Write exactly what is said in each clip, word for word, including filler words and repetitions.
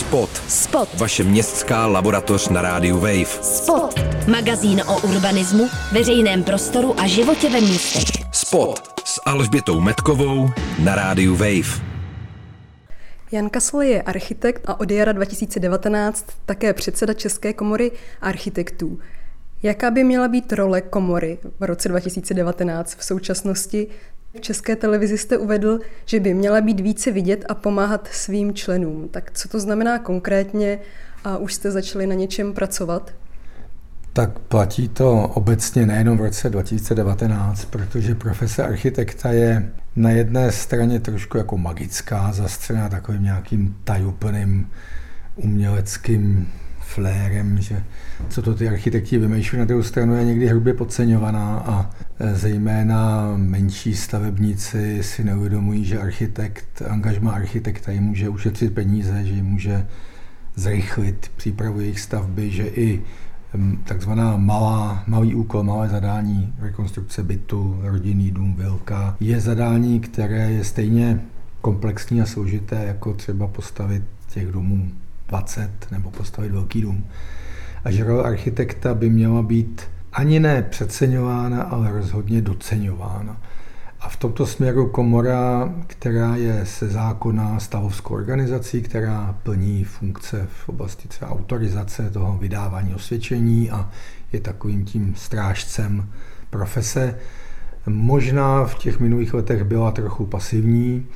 Spot. Spot. Vaše městská laboratoř na rádiu Wave. Spot. Magazín o urbanismu, veřejném prostoru a životě ve městech. Spot s Alžbětou Metkovou na rádiu Wave. Jan Kasl je architekt a od jara dva tisíce devatenáct také předseda České komory architektů. Jaká by měla být role komory v roce dva tisíce devatenáct v současnosti? V České televizi jste uvedl, že by měla být více vidět a pomáhat svým členům. Tak co to znamená konkrétně a už jste začali na něčem pracovat? Tak platí to obecně nejenom v roce dva tisíce devatenáct, protože profese architekta je na jedné straně trošku jako magická, zastřená takovým nějakým tajuplným uměleckým flérem, že co to ty architekti vymýšlejí, na druhou stranu je někdy hrubě podceňovaná a zejména menší stavebníci si neuvědomují, že architekt, angažmá architekta jim může ušetřit peníze, že jim může zrychlit přípravu jejich stavby, že i takzvaná malá, malý úkol, malé zadání rekonstrukce bytu, rodinný dům, vilka, je zadání, které je stejně komplexní a složité, jako třeba postavit těch domů dvacet nebo postavit velký dům. A že role architekta by měla být ani ne přeceňována, ale rozhodně doceňována. A v tomto směru komora, která je se zákona stavovskou organizací, která plní funkce v oblasti třeba autorizace toho vydávání osvědčení a je takovým tím strážcem profese, možná v těch minulých letech byla trochu pasivní,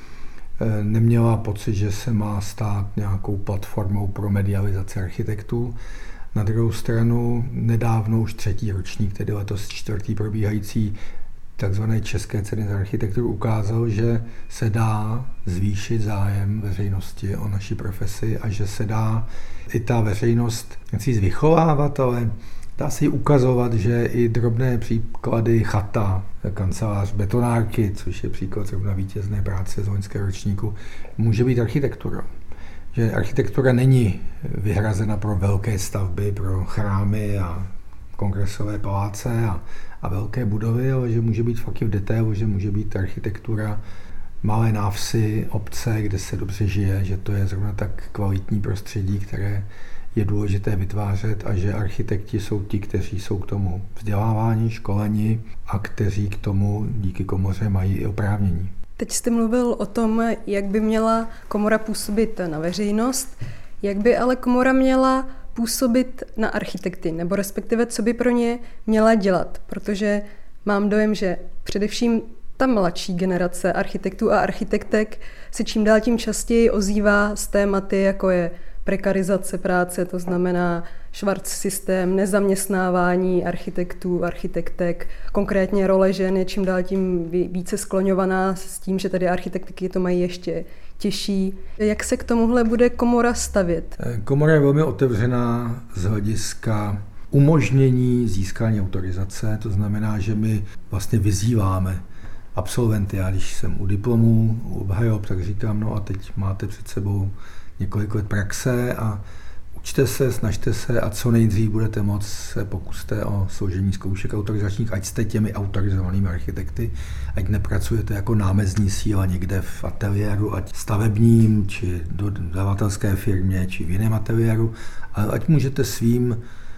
neměla pocit, že se má stát nějakou platformou pro medializaci architektů. Na druhou stranu nedávno už třetí ročník, tedy letos čtvrtý probíhající takzvané České ceny za architekturu ukázal, že se dá zvýšit zájem veřejnosti o naší profesi a že se dá i ta veřejnost nechci vychovávat, ale dá se jí ukazovat, že i drobné příklady chata, kancelář betonárky, což je příklad zrovna vítězné práce z loňského ročníku, může být architektura. Že architektura není vyhrazena pro velké stavby, pro chrámy a kongresové paláce a, a velké budovy, ale že může být fakt i v detailu, že může být architektura malé návsi, obce, kde se dobře žije, že to je zrovna tak kvalitní prostředí, které je důležité vytvářet a že architekti jsou ti, kteří jsou k tomu vzdělávání, školení a kteří k tomu díky komoře mají i oprávnění. Teď jste mluvil o tom, jak by měla komora působit na veřejnost, jak by ale komora měla působit na architekty, nebo respektive co by pro ně měla dělat, protože mám dojem, že především ta mladší generace architektů a architektek se čím dál tím častěji ozývá s tématy, jako je prekarizace práce, to znamená švarc systém, nezaměstnávání architektů, architektek, konkrétně role žen je čím dál tím více skloňovaná s tím, že tady architektky to mají ještě těžší. Jak se k tomuhle bude komora stavět? Komora je velmi otevřená z hlediska umožnění získání autorizace, to znamená, že my vlastně vyzýváme absolventy. Já když jsem u diplomu, u obhajob, tak říkám, no a teď máte před sebou několik let praxe a učte se, snažte se a co nejdřív budete moct se pokuste o složení zkoušek autorizačních, ať jste těmi autorizovanými architekty, ať nepracujete jako námezní síla někde v ateliéru, ať stavebním, či dodavatelské firmě, či v jiném ateliéru, ale ať můžete svým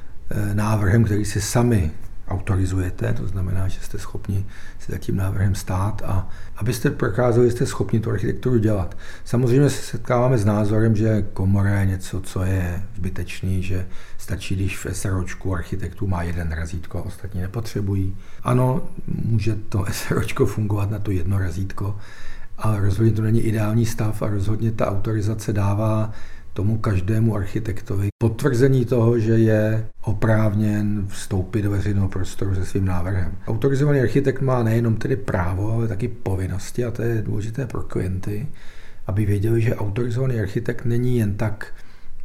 návrhem, který si sami autorizujete, to znamená, že jste schopni si za tím návrhem stát a abyste prokázali, že jste schopni tu architekturu dělat. Samozřejmě se setkáváme s názorem, že komora je něco, co je zbytečný, že stačí, když v SROčku architektů má jeden razítko a ostatní nepotřebují. Ano, může to SROčko fungovat na to jedno razítko, ale rozhodně to není ideální stav a rozhodně ta autorizace dává tomu každému architektovi potvrzení toho, že je oprávněn vstoupit do veřejného prostoru se svým návrhem. Autorizovaný architekt má nejenom tedy právo, ale taky povinnosti a to je důležité pro klienty, aby věděli, že autorizovaný architekt není jen tak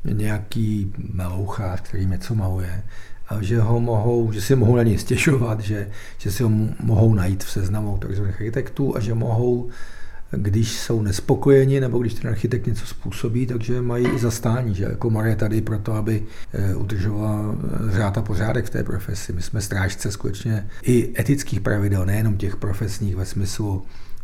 nějaký melouchář, který něco maluje, ale že ho mohou, že si mohou na něj stěžovat, že, že si ho mohou najít v seznamu autorizovaných architektů a že mohou, když jsou nespokojeni nebo když ten architekt něco způsobí, takže mají i zastání, že komora je tady proto, aby udržovala řád a pořádek v té profesi. My jsme strážce skutečně i etických pravidel, nejenom těch profesních ve smyslu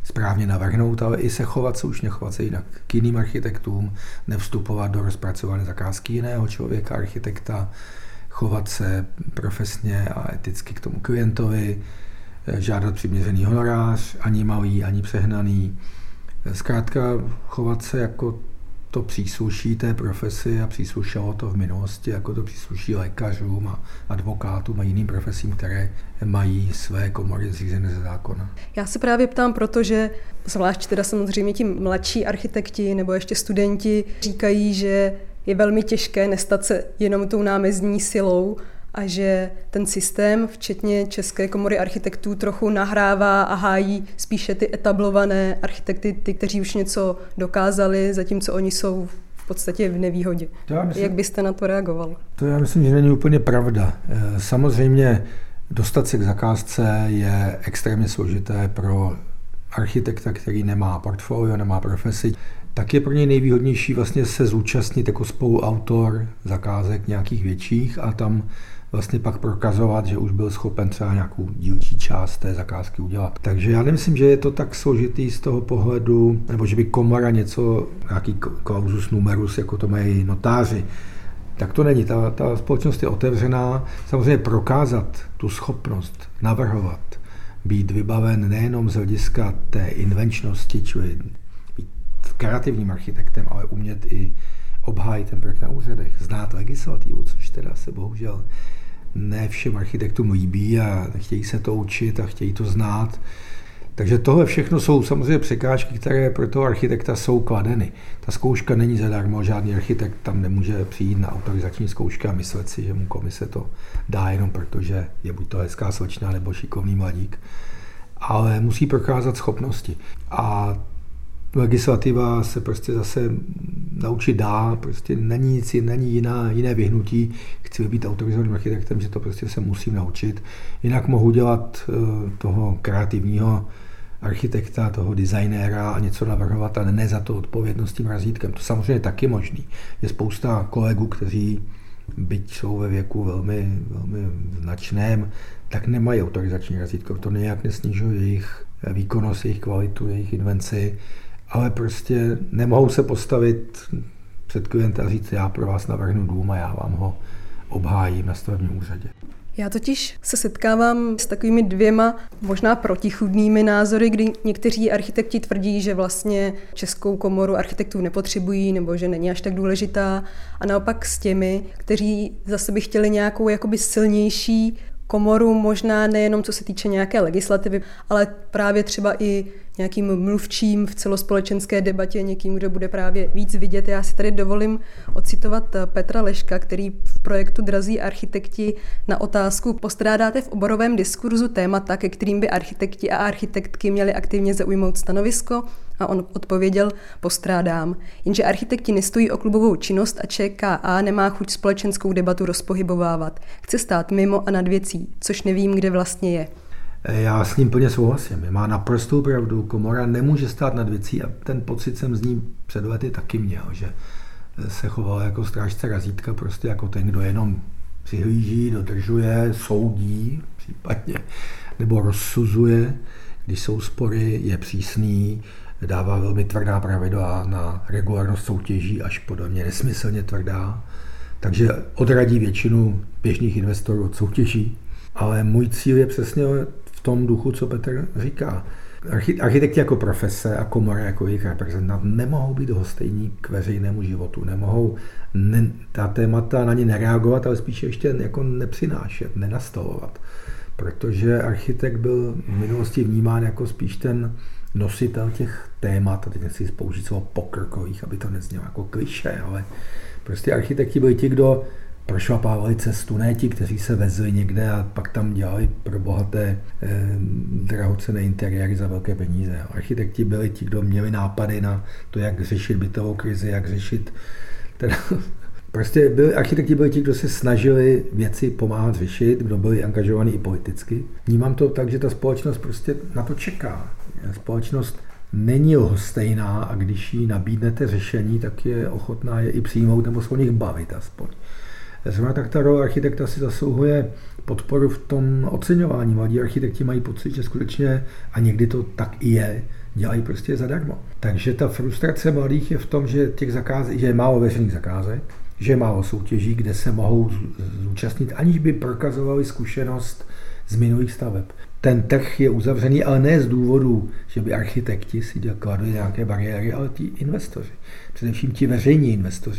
správně navrhnout, ale i se chovat slušně, chovat se jinak k jiným architektům, nevstupovat do rozpracované zakázky jiného člověka, architekta, chovat se profesně a eticky k tomu klientovi, žádat přiměřený honorář, ani malý, ani přehnaný. Zkrátka chovat se jako to přísluší té profesi a příslušelo to v minulosti, jako to přísluší lékařům a advokátům a jiným profesím, které mají své komory zřízené ze zákona. Já se právě ptám, protože zvlášť teda samozřejmě ti mladší architekti nebo ještě studenti říkají, že je velmi těžké nestat se jenom tou námezní silou a že ten systém, včetně České komory architektů, trochu nahrává a hájí spíše ty etablované architekty, ty, kteří už něco dokázali, zatímco oni jsou v podstatě v nevýhodě. Myslím, jak byste na to reagoval? To já myslím, že není úplně pravda. Samozřejmě dostat se k zakázce je extrémně složité pro architekta, který nemá portfolio, nemá profesi. Tak je pro něj nejvýhodnější vlastně se zúčastnit jako spoluautor zakázek nějakých větších a tam vlastně pak prokazovat, že už byl schopen třeba nějakou dílčí část té zakázky udělat. Takže já nemyslím, že je to tak složitý z toho pohledu, nebo že by komora něco, nějaký clausus numerus, jako to mají notáři. Tak to není. Ta, ta společnost je otevřená. Samozřejmě prokázat tu schopnost navrhovat, být vybaven nejenom z hlediska té invenčnosti, čili být kreativním architektem, ale umět i obhájit ten projekt na úřadech, znát legislativu, což teda se bohužel ne všem architektům líbí a chtějí se to učit a chtějí to znát. Takže tohle všechno jsou samozřejmě překážky, které pro toho architekta jsou kladeny. Ta zkouška není zadarmo, žádný architekt tam nemůže přijít na autorizační zkoušku a myslet si, že mu komise to dá jenom proto, že je buď to hezká slečna nebo šikovný mladík. Ale musí prokázat schopnosti. A legislativa se prostě zase naučit dá, prostě není nic, není jiná, jiné vyhnutí, chci být autorizovaným architektem, že to prostě se musím naučit. Jinak mohu dělat toho kreativního architekta, toho designéra a něco navrhovat a ne za to odpovědnost tím razítkem. To samozřejmě taky možný. Je spousta kolegů, kteří byť jsou ve věku velmi, velmi značném, tak nemají autorizační razítko. To nějak nesnižuje jejich výkonnost, jejich kvalitu, jejich invenci, ale prostě nemohou se postavit před klienta a říct, já pro vás navrhnu dům a já vám ho obhájím na stavebním úřadě. Já totiž se setkávám s takovými dvěma možná protichůdnými názory, kdy někteří architekti tvrdí, že vlastně Českou komoru architektů nepotřebují nebo že není až tak důležitá, a naopak s těmi, kteří zase by chtěli nějakou jakoby silnější komoru, možná nejenom co se týče nějaké legislativy, ale právě třeba i nějakým mluvčím v celospolečenské debatě, někým, kdo bude právě víc vidět. Já si tady dovolím ocitovat Petra Leška, který v projektu Drazí architekti na otázku postrádáte v oborovém diskurzu témata, ke kterým by architekti a architektky měli aktivně zaujmout stanovisko, a on odpověděl, postrádám. Jenže architekti nestojí o klubovou činnost a ČKA nemá chuť společenskou debatu rozpohybovávat. Chce stát mimo a nad věcí, což nevím, kde vlastně je. Já s ním plně souhlasím. Má naprostou pravdu. Komora nemůže stát nad věcí a ten pocit jsem z ní před lety taky měl, že se choval jako strážce razítka, prostě jako ten, kdo jenom přihlíží, dodržuje, soudí případně, nebo rozsuzuje, když jsou spory, je přísný, dává velmi tvrdá pravidla na regulárnost soutěží, až podle mě nesmyslně tvrdá. Takže odradí většinu běžných investorů od soutěží. Ale můj cíl je přesně v tom duchu, co Petr říká. Architekti jako profese a komora jako jejich reprezentant nemohou být hostejní k veřejnému životu. Nemohou ne, ta témata na ně nereagovat, ale spíše ještě jako nepřinášet, nenastavovat. Protože architekt byl v minulosti vnímán jako spíš ten nositel těch témat, a teď nechci použít slovo pokrkových, aby to neznělo jako klišé, ale prostě architekti byli ti, kdo prošlapávali cestu, ne ti, kteří se vezli někde a pak tam dělali pro bohaté eh, drahocenné interiéry za velké peníze. Architekti byli ti, kdo měli nápady na to, jak řešit bytovou krizi, jak řešit... Teda, prostě byli, architekti byli ti, kdo se snažili věci pomáhat řešit, kdo byli angažovaní i politicky. Vnímám to tak, že ta společnost prostě na to čeká. Společnost není lhostejná a když jí nabídnete řešení, tak je ochotná je i přijmout nebo se o nich bavit aspoň. Zrovna tak ta role architekta si zasluhuje podporu v tom oceňování. Mladí architekti mají pocit, že skutečně, a někdy to tak i je, dělají prostě zadarmo. Takže ta frustrace mladých je v tom, že těch zakázek, že je málo veřejných zakázek, že je málo soutěží, kde se mohou zúčastnit, aniž by prokazovali zkušenost z minulých staveb. Ten trh je uzavřený, ale ne z důvodu, že by architekti si kladli nějaké bariéry, ale ti investoři, především ti veřejní investoři.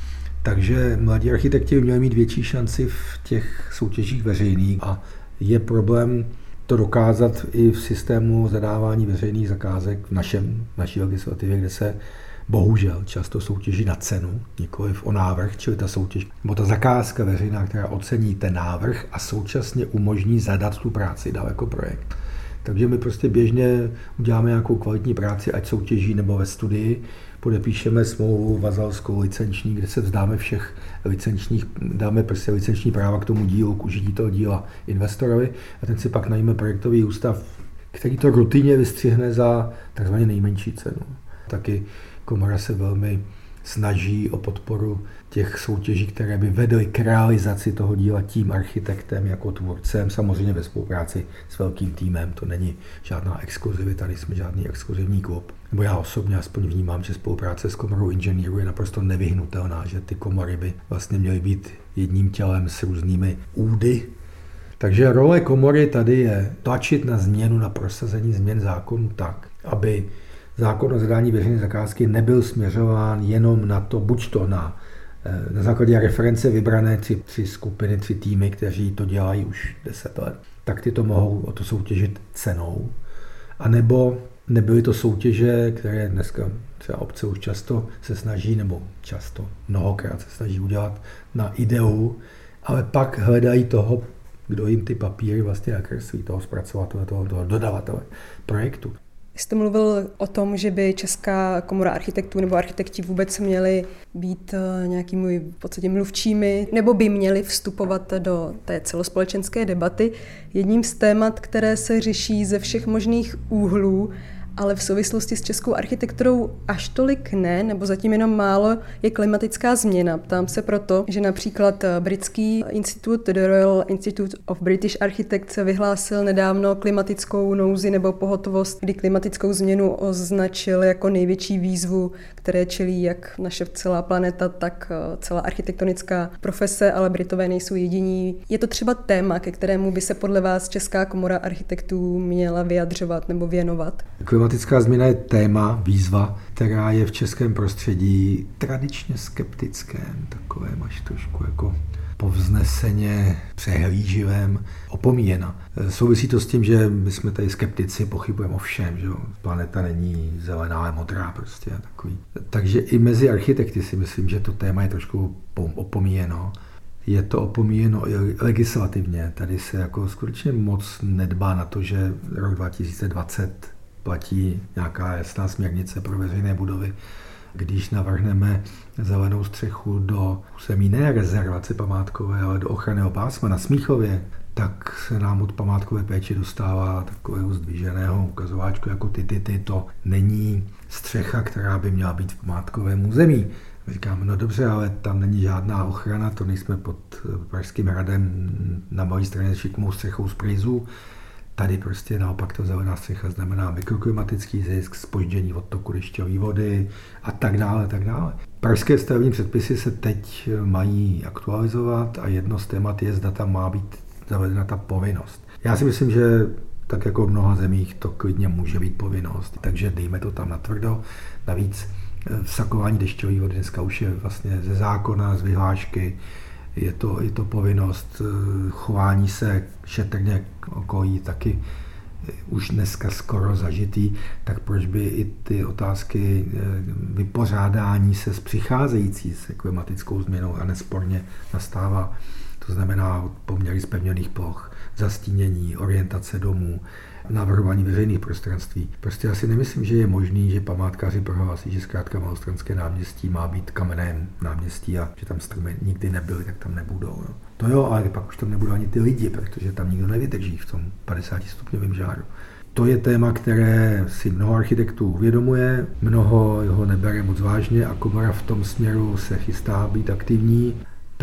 Takže mladí architekti by měli mít větší šanci v těch soutěžích veřejných a je problém to dokázat i v systému zadávání veřejných zakázek v našem, v naší legislativě, kde se bohužel často soutěží na cenu, nikoliv o návrh, čili ta soutěž, nebo ta zakázka veřejná, která ocení ten návrh a současně umožní zadat tu práci dál jako projekt. Takže my prostě běžně uděláme nějakou kvalitní práci, ať soutěží nebo ve studii, podepíšeme smlouvu vazalskou licenční, kde se vzdáme všech licenčních, dáme prostě licenční práva k tomu dílu, k užití toho díla investorovi a ten si pak najme projektový ústav, který to rutině vystřihne za takzvaně nejmenší cenu. Taky komora se velmi snaží o podporu těch soutěží, které by vedly k realizaci toho díla tím architektem jako tvůrcem, samozřejmě ve spolupráci s velkým týmem. To není žádná exkluzivita, nejsme žádný exkluzivní klub. Nebo já osobně aspoň vnímám, že spolupráce s komorou inženýrů je naprosto nevyhnutelná, že ty komory by vlastně měly být jedním tělem s různými údy. Takže role komory tady je tlačit na změnu, na prosazení změn zákonů tak, aby zákon o zadání veřejné zakázky nebyl směřován jenom na to, buď to na, na základě reference vybrané tři, tři skupiny, tři týmy, kteří to dělají už deset let, tak ty to mohou o to soutěžit cenou. A nebo nebyly to soutěže, které dneska třeba obce už často se snaží, nebo často, mnohokrát se snaží udělat na ideu, ale pak hledají toho, kdo jim ty papíry vlastně nakreslí, toho zpracovatele, toho, toho dodavatele projektu. Jste mluvil o tom, že by Česká komora architektů nebo architekti vůbec měli být nějakými v podstatě mluvčími, nebo by měli vstupovat do té celospolečenské debaty. Jedním z témat, které se řeší ze všech možných úhlů, ale v souvislosti s českou architekturou až tolik ne, nebo zatím jenom málo, je klimatická změna. Ptám se proto, že například britský institut The Royal Institute of British Architects vyhlásil nedávno klimatickou nouzi nebo pohotovost, kdy klimatickou změnu označil jako největší výzvu, které čelí jak naše celá planeta, tak celá architektonická profese, ale Britové nejsou jediní. Je to třeba téma, ke kterému by se podle vás Česká komora architektů měla vyjadřovat nebo věnovat? Klimatická změna je téma, výzva, která je v českém prostředí tradičně skeptickém, takovém až trošku jako povzneseně přehlíživém, opomíjena. Souvisí to s tím, že my jsme tady skeptici, pochybujeme o všem, že planeta není zelená, ale modrá prostě takový. Takže i mezi architekty si myslím, že to téma je trošku opomíjeno. Je to opomíjeno i legislativně. Tady se jako skutečně moc nedbá na to, že rok dva tisíce dvacet platí nějaká jasná směrnice pro veřejné budovy. Když navrhneme zelenou střechu do území ne rezervace památkové, ale do ochranného pásma na Smíchově, tak se nám od památkové péče dostává takového zdviženého ukazováčku jako ty, ty, ty. To není střecha, která by měla být v památkovém území. Říkáme, no dobře, ale tam není žádná ochrana, to nejsme pod Pražským hradem na malé straně s šikmou střechou z Pryzu. Tady prostě naopak ta zelená střecha znamená mikroklimatický zisk, zpoždění odtoku dešťové vody a tak dále, tak dále. Pražské stavební předpisy se teď mají aktualizovat a jedno z témat je, zda tam má být zavedena ta povinnost. Já si myslím, že tak jako v mnoha zemích to klidně může být povinnost, takže dejme to tam natvrdo. Navíc vsakování dešťové vody dneska už je vlastně ze zákona, z vyhlášky. Je to, je to povinnost chování se šetrně okolí taky už dneska skoro zažitý, tak proč by i ty otázky vypořádání se s přicházející se klimatickou změnou a nesporně nastává. To znamená poměry zpevněných ploch, zastínění, orientace domů, navrhování veřejných prostranství. Prostě já si nemyslím, že je možný, že památkáři prohlásí, že zkrátka Malostranské náměstí má být kamenném náměstí a že tam stromy nikdy nebyly, tak tam nebudou. No. To jo, ale pak už tam nebudou ani ty lidi, protože tam nikdo nevydrží v tom padesátistupňovém žáru. To je téma, které si mnoho architektů uvědomuje, mnoho ho nebere moc vážně a komora v tom směru se chystá být aktivní.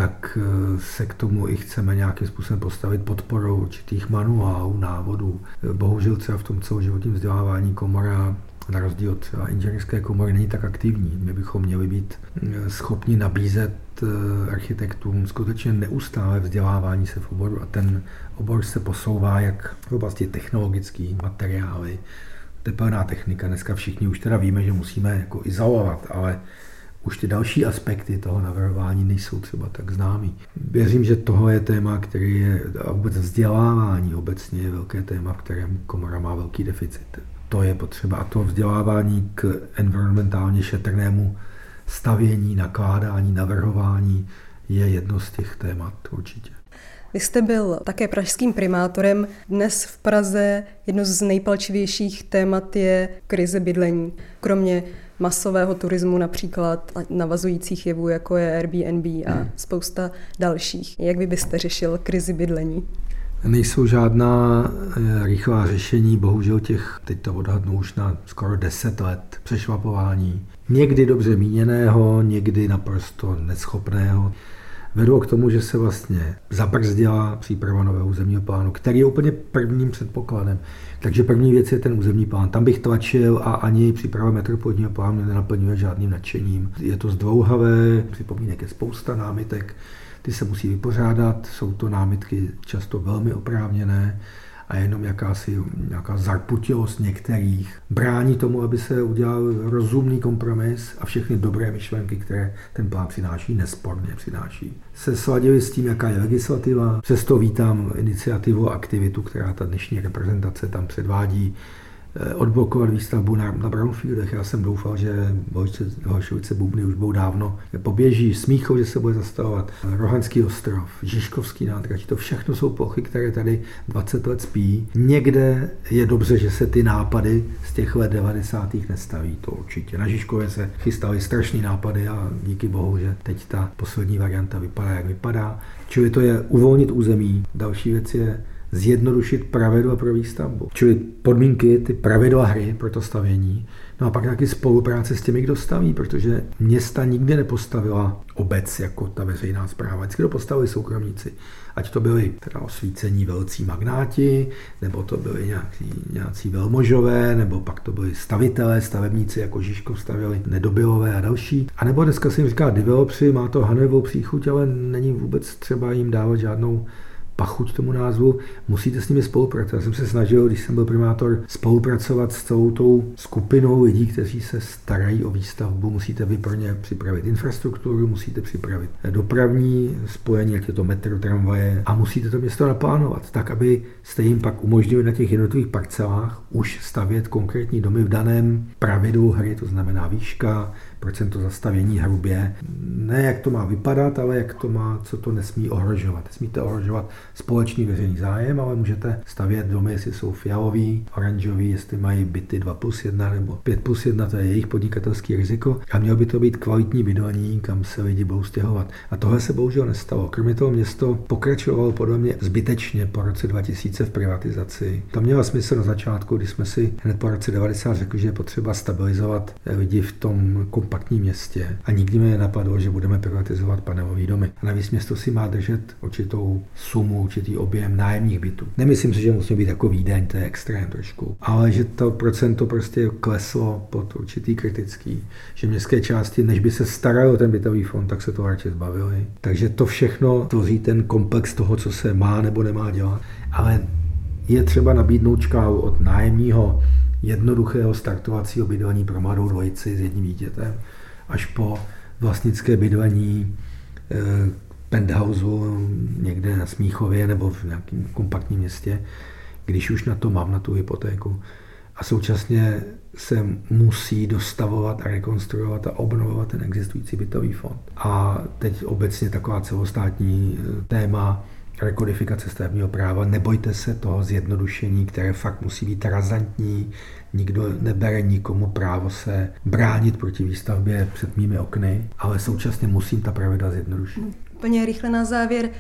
tak se k tomu i chceme nějakým způsobem postavit podporou určitých manuálů, návodů. Bohužel třeba v tom celoživotním vzdělávání komora na rozdíl od třeba inženýrské komory není tak aktivní. My bychom měli být schopni nabízet architektům skutečně neustále vzdělávání se v oboru a ten obor se posouvá jak v oblasti technologický, materiály, tepelná technika. Dneska všichni už teda víme, že musíme jako izolovat, ale už ty další aspekty toho navrhování nejsou třeba tak známý. Věřím, že toho je téma, který je, a vůbec vzdělávání obecně je velké téma, v kterém komora má velký deficit. To je potřeba. A to vzdělávání k environmentálně šetrnému stavění, nakládání, navrhování je jedno z těch témat určitě. Vy jste byl také pražským primátorem. Dnes v Praze jedno z nejpalčivějších témat je krize bydlení. Kromě masového turismu například, navazujících jevů, jako je Airbnb a hmm. spousta dalších. Jak vy byste řešil krizi bydlení? Nejsou žádná rychlá řešení, bohužel těch, teď to odhadnu už na skoro deset let přešvapování. Někdy dobře míněného, někdy naprosto neschopného. Vedlo k tomu, že se vlastně zabrzdila příprava nového územního plánu, který je úplně prvním předpokladem. Takže první věc je ten územní plán. Tam bych tlačil a ani příprava metropolního plánu nenaplňuje žádným nadšením. Je to zdlouhavé, připomínek je spousta námitek, ty se musí vypořádat, jsou to námitky často velmi oprávněné a jenom jakási, nějaká zarputilost některých brání tomu, aby se udělal rozumný kompromis a všechny dobré myšlenky, které ten plán přináší, nesporně přináší, se sladily s tím, jaká je legislativa. Přesto vítám iniciativu a aktivitu, která ta dnešní reprezentace tam předvádí, odblokovat výstavbu na, na brownfieldech. Já jsem doufal, že Holešovice Bubny už budou dávno poběží. Smíchov, že se bude zastavovat. Rohanský ostrov, Žižkovský nádraží, to všechno jsou plochy, které tady dvacet let spí. Někde je dobře, že se ty nápady z těch let devadesátých nestaví, to určitě. Na Žižkově se chystaly strašný nápady a díky bohu, že teď ta poslední varianta vypadá, jak vypadá. Čili to je uvolnit území. Další věc je zjednodušit pravidla pro výstavbu. Čili podmínky, ty pravidla hry pro to stavění. No a pak nějaký spolupráce s těmi, kdo staví, protože města nikdy nepostavila obec jako ta veřejná správa. Vždycky to postavili soukromníci. Ať to byli teda osvícení velcí magnáti, nebo to byli nějaký, nějací velmožové, nebo pak to byli stavitelé, stavebníci jako Žižkov stavili, Nedobylové a další. A nebo dneska se jim říká developři, má to hanebou příchuť, ale není vůbec třeba jim dávat žádnou pachuť tomu názvu, musíte s nimi spolupracovat. Já jsem se snažil, když jsem byl primátor, spolupracovat s celou tou skupinou lidí, kteří se starají o výstavbu. Musíte vy pro ně připravit infrastrukturu, musíte připravit dopravní spojení, jak je to metro, tramvaje, a musíte to město naplánovat, tak, aby jste jim pak umožnili na těch jednotlivých parcelách už stavět konkrétní domy v daném pravidlu hry, to znamená výška, procento zastavění hrubě. Ne jak to má vypadat, ale jak to má, co to nesmí ohrožovat. Nesmíte ohrožovat společný veřejný zájem, ale můžete stavět domy, jestli jsou fialový, oranžový, jestli mají byty dva plus jedna nebo pět plus jedna, to je jejich podnikatelský riziko. A mělo by to být kvalitní bydlení, kam se lidi budou stěhovat. A tohle se bohužel nestalo. Kromě toho město pokračovalo podle mě zbytečně po roce dva tisíce v privatizaci. To mělo smysl na začátku, když jsme si hned po roce devadesát řekli, že je potřeba stabilizovat lidi v tom kompaktním městě. A nikdy mě nenapadlo, že budeme privatizovat panelový domy. A navíc město si má držet určitou sumu, určitý objem nájemních bytů. Nemyslím si, že musí být jako Vídeň, to je extrém trošku, ale že to procento prostě kleslo pod určitý kritický, že městské části, než by se staralo ten bytový fond, tak se to radši zbavili. Takže to všechno tvoří ten komplex toho, co se má nebo nemá dělat. Ale je třeba nabídnout škálu od nájemního jednoduchého startovacího bydlení pro mladou dvojici s jedním dítětem až po vlastnické bydlení eh, penthouse někde na Smíchově nebo v nějakém kompaktním městě, když už na to mám, na tu hypotéku. A současně se musí dostavovat a rekonstruovat a obnovovat ten existující bytový fond. A teď obecně taková celostátní téma rekodifikace stavebního práva. Nebojte se toho zjednodušení, které fakt musí být razantní. Nikdo nebere nikomu právo se bránit proti výstavbě před mými okny, ale současně musím ta pravidla zjednodušit. Úplně rychle na závěr.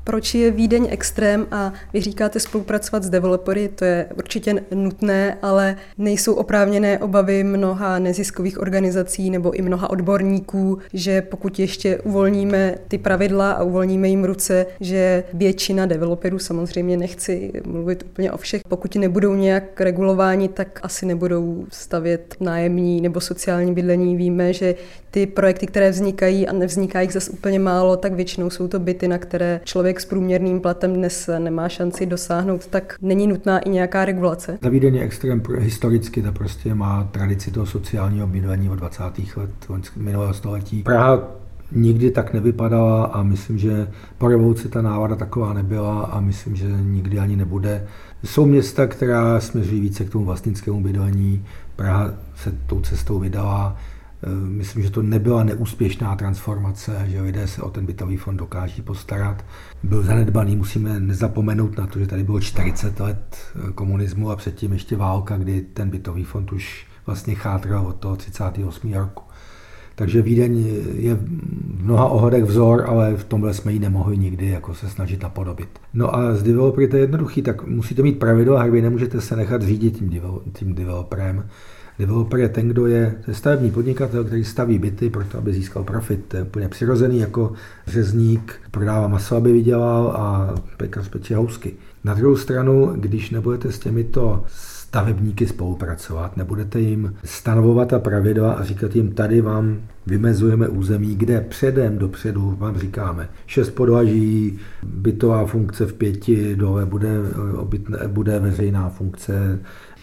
Proč je Vídeň extrém a vy říkáte spolupracovat s developery, to je určitě nutné, ale nejsou oprávněné obavy mnoha neziskových organizací nebo i mnoha odborníků, že pokud ještě uvolníme ty pravidla a uvolníme jim ruce, že většina developerů, samozřejmě nechci mluvit úplně o všech, pokud nebudou nějak regulováni, tak asi nebudou stavět nájemní nebo sociální bydlení. Víme, že ty projekty, které vznikají a nevzniká jich zase úplně málo, tak většinou jsou to byty, na které člověk s průměrným platem dnes nemá šanci dosáhnout, tak není nutná i nějaká regulace. Ta Vídeň je extrém historicky, ta prostě má tradici toho sociálního bydlení od dvacátých let minulého století. Praha nikdy tak nevypadala a myslím, že po revoluci ta návada taková nebyla a myslím, že nikdy ani nebude. Jsou města, která směřují více k tomu vlastnickému bydlení. Praha se tou cestou vydala. Myslím, že to nebyla neúspěšná transformace, že lidé se o ten bytový fond dokáží postarat. Byl zanedbaný, musíme nezapomenout na to, že tady bylo čtyřicet let komunismu a předtím ještě válka, kdy ten bytový fond už vlastně chátral od toho třicátého osmého roku. Takže Vídeň je v mnoha ohledech vzor, ale v tomhle jsme ji nemohli nikdy jako se snažit napodobit. No a z developery to je jednoduchý, tak musíte mít pravidla, vy nemůžete se nechat řídit tím, tím developerem. Developer je ten, kdo je stavební podnikatel, který staví byty proto, aby získal profit. To je úplně přirozený, jako řezník prodává maso, aby vydělal a pekař peče housky. Na druhou stranu, když nebudete s těmito stavebníky spolupracovat, nebudete jim stanovovat ta pravidla a říkat jim, tady vám vymezujeme území, kde předem dopředu vám říkáme, šest podlaží, bytová funkce v pěti, dole bude, bude veřejná funkce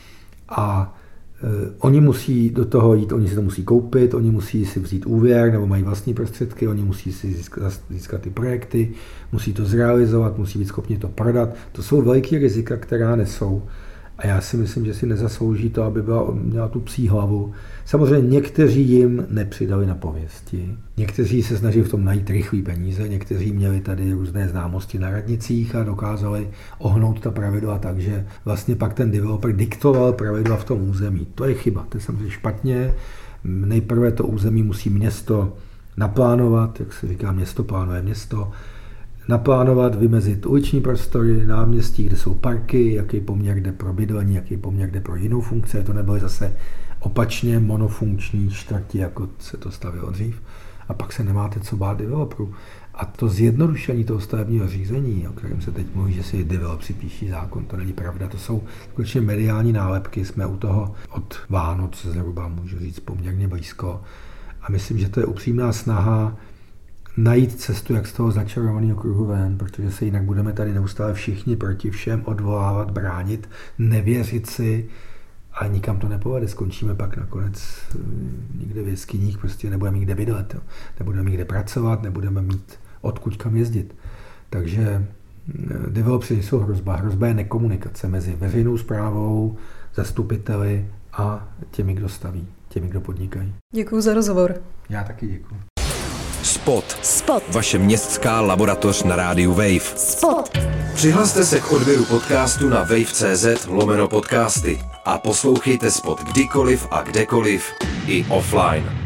a oni musí do toho jít, oni si to musí koupit, oni musí si vzít úvěr nebo mají vlastní prostředky, oni musí si získat, získat ty projekty, musí to zrealizovat, musí být schopni to prodat. To jsou veliké rizika, která nesou. A já si myslím, že si nezaslouží to, aby byla, měla tu psí hlavu. Samozřejmě někteří jim nepřidali na pověsti. Někteří se snažili v tom najít rychlý peníze, někteří měli tady různé známosti na radnicích a dokázali ohnout ta pravidla tak, že vlastně pak ten developer diktoval pravidla v tom území. To je chyba, to je samozřejmě špatně. Nejprve to území musí město naplánovat, jak se říká, město plánuje město, naplánovat, vymezit uliční prostory, náměstí, kde jsou parky, jaký poměr jde pro bydlení, jaký poměr jde pro jinou funkci. To nebyly zase opačně monofunkční čtvrti, jako se to stavilo dřív. A pak se nemáte co bát developerů. A to zjednodušení toho stavebního řízení, o kterém se teď mluví, že si developři píší zákon, to není pravda. To jsou skutečně mediální nálepky. Jsme u toho od Vánoc zhruba, můžu říct, poměrně blízko. A myslím, že to je upřímná snaha najít cestu, jak z toho začarovaného kruhu ven, protože se jinak budeme tady neustále všichni proti všem odvolávat, bránit, nevěřit si a nikam to nepovede. Skončíme pak nakonec někde v jeskyních, prostě nebudeme mít kde bydlet, jo. Nebudeme mít kde pracovat, nebudeme mít odkud kam jezdit. Takže developři jsou hrozba. Hrozba je nekomunikace mezi veřejnou správou, zastupiteli a těmi, kdo staví, těmi, kdo podnikají. Děkuji za rozhovor. Já taky děkuji. Spot. Spot. Vaše městská laboratoř na rádiu Wave. Spot. Přihlaste se k odběru podcastu na wave tečka cé zet lomeno podcasty a poslouchejte Spot kdykoliv a kdekoliv i offline.